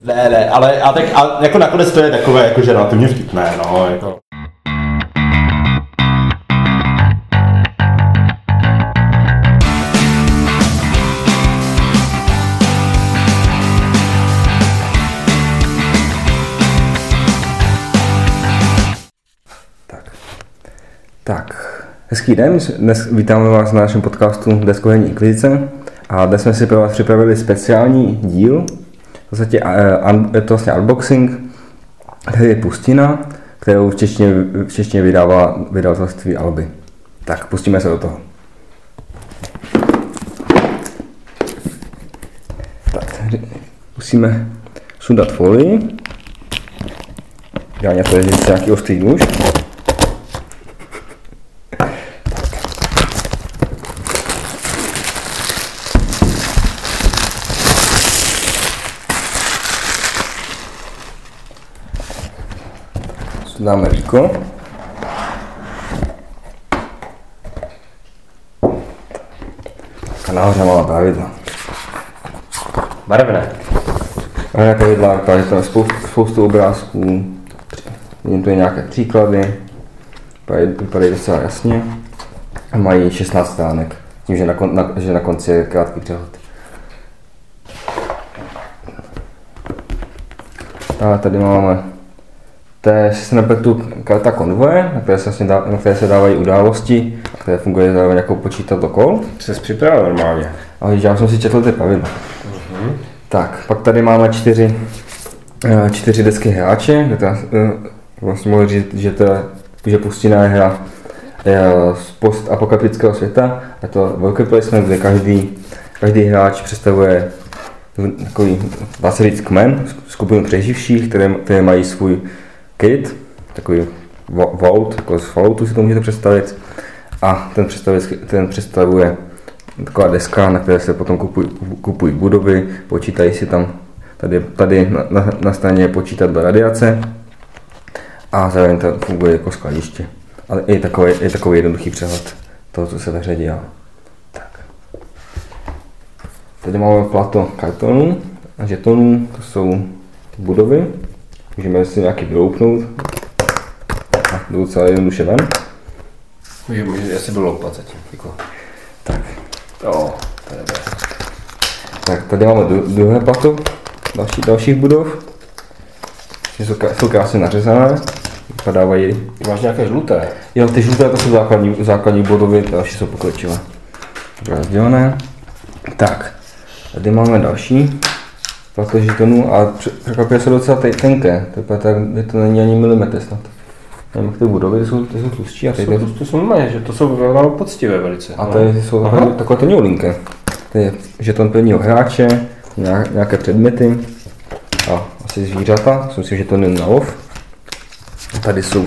Ne, ale jako nakonec to je takové jakože relativně vtipné, no, jako. Tak, hezký den, dnes vítáme vás na našem podcastu Deskoherní inkvizice a dnes jsme si pro vás připravili speciální díl, je to vlastně unboxing hry Pustina, kterou v češtině vydává vydavatelství Alby. Tak, pustíme se do toho. Tak, musíme sundat folii, ideálně to je nějaký ostrý nůž. Dáme říko. A nahoře malá pravidla. Barevné. Barevné pravidla, tady to je spoustu obrázků. Vidím tu je nějaké příklady. Vypadají docela jasně. A mají 16 stránek. Tím, že na konci je krátký přehled. A tady máme jestli se nepletu, karta konvoje, na které se dávají události, které funguje zároveň jako počítat okol. Jsi připravil normálně. Ale já jsem si četl ty pravidla. Tak, pak tady máme čtyři desky hráče, vlastně mohu říct, že Pustina je hra z postapokalyptického světa. Je to velký placement, kde každý hráč představuje takový, dá se říct, kmen, skupinu přeživších, které mají svůj kit, takový vault, jako z Falloutu si to můžete představit. A ten představuje taková deska, na které se potom kupují budovy, počítají si tam, tady na straně počítat do radiace a zároveň to funguje jako skladiště. Ale je takový jednoduchý přehled toho, co se ve hře dělá. Tak. Tady máme plato kartonů a žetonů, to jsou budovy. Můžeme si nějaký vyloupnout a jdu docela jednoduše ven. Já si budu loupat zatím. Tak. Jo, to je dobré. Tak tady máme druhé plato dalších budov. Jsou krásně nařezané. Vypadávají. Máš nějaké žluté? Jo, ty žluté to jsou základní budovy, další jsou pokročilé. Rozdělené. Tak, tady máme další plato žetonů a překvapuje se docela tenké, to není ani milimetr snad. Nevím, jak ty budovy jsou tlustší a to jsou normálně, že to jsou velmi poctivé velice. A tady jsou takové tenoulinké. To je žeton prvního hráče, nějaké předměty a asi zvířata, jsou si žetony na lov. A tady jsou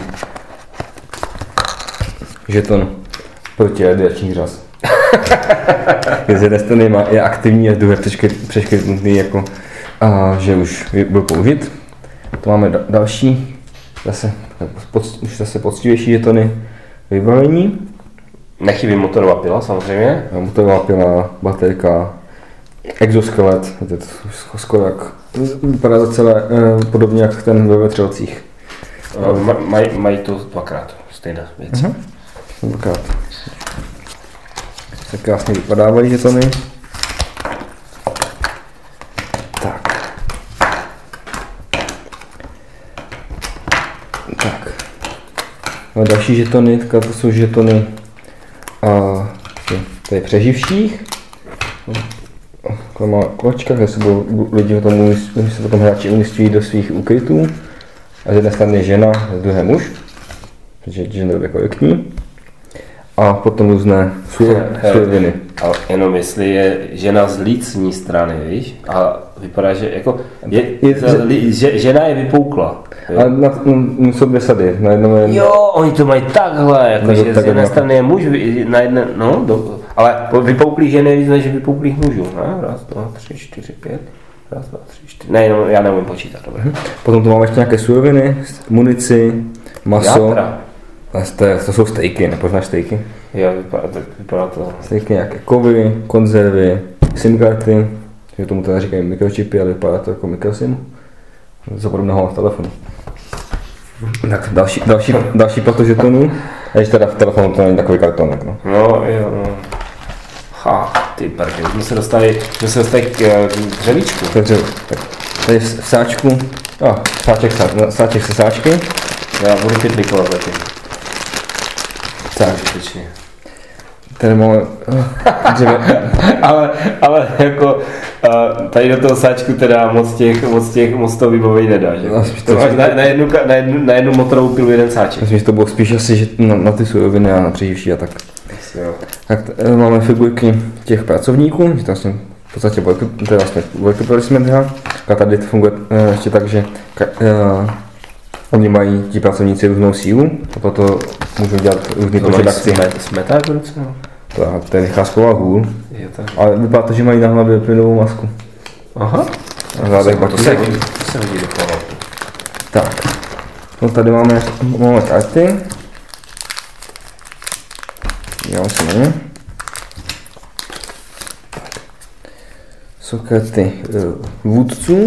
žeton proti radiační řas. Z jedné strany je aktivní a z druhé přeškrtnutý, jako, že už byl použit. To máme další, zase poctivější žetony vybavení. Nechybí motorová pila samozřejmě. Motorová pila, baterka, exoskelet, skoro jak vypadá docela podobně jak ten ve vetřelcích. Mají to dvakrát stejné věci. Dvakrát. Se krásně vypadávají žetony. Tak. A další žetony, to jsou žetony tady přeživších. Má kolečka, kde se lidi se potom hráči umístí do svých úkrytů. A z jedné strany je žena, z druhé muž. Takže gender je korektní. A potom různé suroviny. A jenom jestli je žena z lícní strany, víš? A vypadá, že jako žena je vypoukla. A jsou dvě sady. Jo, oni to mají takhle, jakože z jedné strany je muž, na jedné, ale vypouklých žen je víc než vypouklých mužů. Raz, dva, tři, čtyři, pět. Raz, dva, tři, čtyři. Ne, já neumím počítat. Dobře. Potom tu máme ještě nějaké suroviny, munici, maso. To jsou stejky, nepoznáš stejky? Jo, vypadá to. Stejky nějaké kovy, konzervy, SIM karty, že tomu teda říkají mikročipy, ale vypadá to jako mikrosim. Něco podobného v telefonu. Tak další plato žetonů. A ještě teda v telefonu to není takový kartonek. No. No jo, no. Ty prky, jsme se dostali k dřevíčku. Takže tak, tady v sáčku, sáček se sáčky. Já budu pytlíkovat taky. Tak. Tady máme ale jako tady do toho sáčku teda moc toho vybavení nedá, že? To máš na jednu motorovou pilu jeden sáček. Myslím, že to bylo spíš asi že na ty suroviny a na přeživší a tak. Tak máme figurky těch pracovníků, že to vlastně v podstatě to je vlastně worker placement hra. A tady to funguje ještě tak, že oni mají ti pracovníci různou sílu a proto můžou dělat různý počet akcí. Smeták v ruce? To je Michásková hůl, ale vypadá to, že mají na hlavě plynovou masku. Aha. A zádech batíček. To se hodí do toho. Tak, no tady máme karty. Já se na ně. Jsou karty vůdců.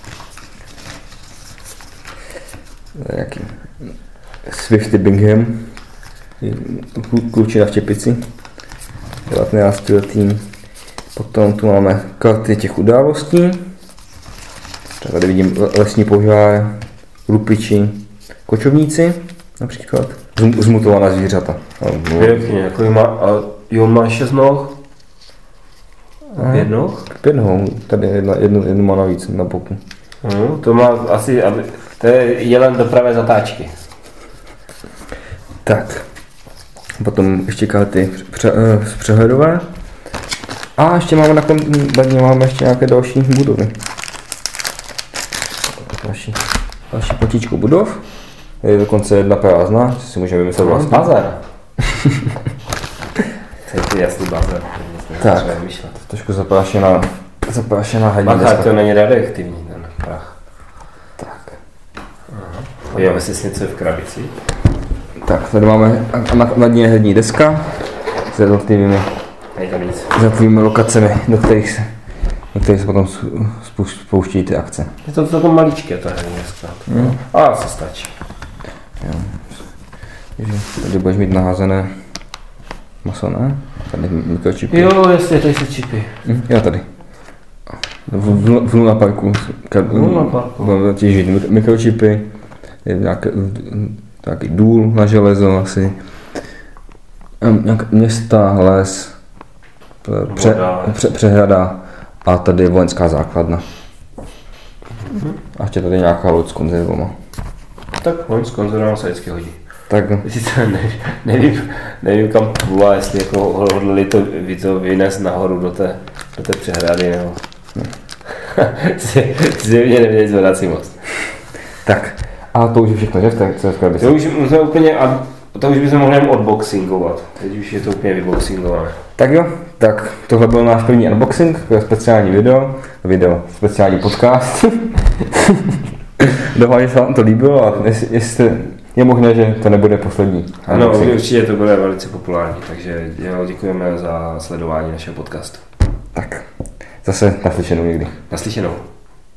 Jaký? Swifty Bingham. Klučina v čepici. 19 letý. Potom tu máme karty těch událostí. Tady vidím lesní požár, lupiči, kočovníci například. Zmutovaná zvířata. Pěkně, jako má 6 noh. 5 noh? 5 noh, tady jednu má navíc na boku. To má asi, to je jelen do pravé zatáčky. Tak, potom ještě karty přehledové. A ještě máme máme ještě nějaké další budovy. Další potíčku budov. Je dokonce jedna prázdná, co si můžeme vymyslet vlastně. Bazar. To je jasný bazar. Tak, trošku zaprášená hradní deska. Bacha, to není radioaktivní ten prach. Tak. Podíváme si něco v krabici. Tak, tady máme na dní hradní deska s jednotlivými lokacemi, do kterých se potom spouští ty akce. Je to celkem maličké, ta hradní deska. A asi stačí. Tady budeš mít naházené maso, ne? Tady mikročipy. Jo, jasně, tady jsou čipy. Jo, tady. V Luna Parku. Budeme těžit mikročipy, nějaký důl na železo asi. Města, les, přehrada a tady je vojenská základna. A ještě tady nějaká loď s konzervama. Tak loď s konzervama se vždycky hodí. Tak. Nevím kam byla, jestli jako hodlali to vynést nahoru do té přehrady, nebo... Zjevně nevědět zvedací most. Tak, a to už je všechno, že? To už jsme úplně, to už bychom mohli jen unboxingovat. Teď už je to úplně vyboxingované. Tak jo, tak tohle byl náš první unboxing, speciální speciální podcast. Doufám, že se vám to líbilo a jestli je možné, že to nebude poslední. Ano, určitě to bude velice populární, takže děkujeme za sledování našeho podcastu. Tak, zase naslyšenou někdy. Naslyšenou.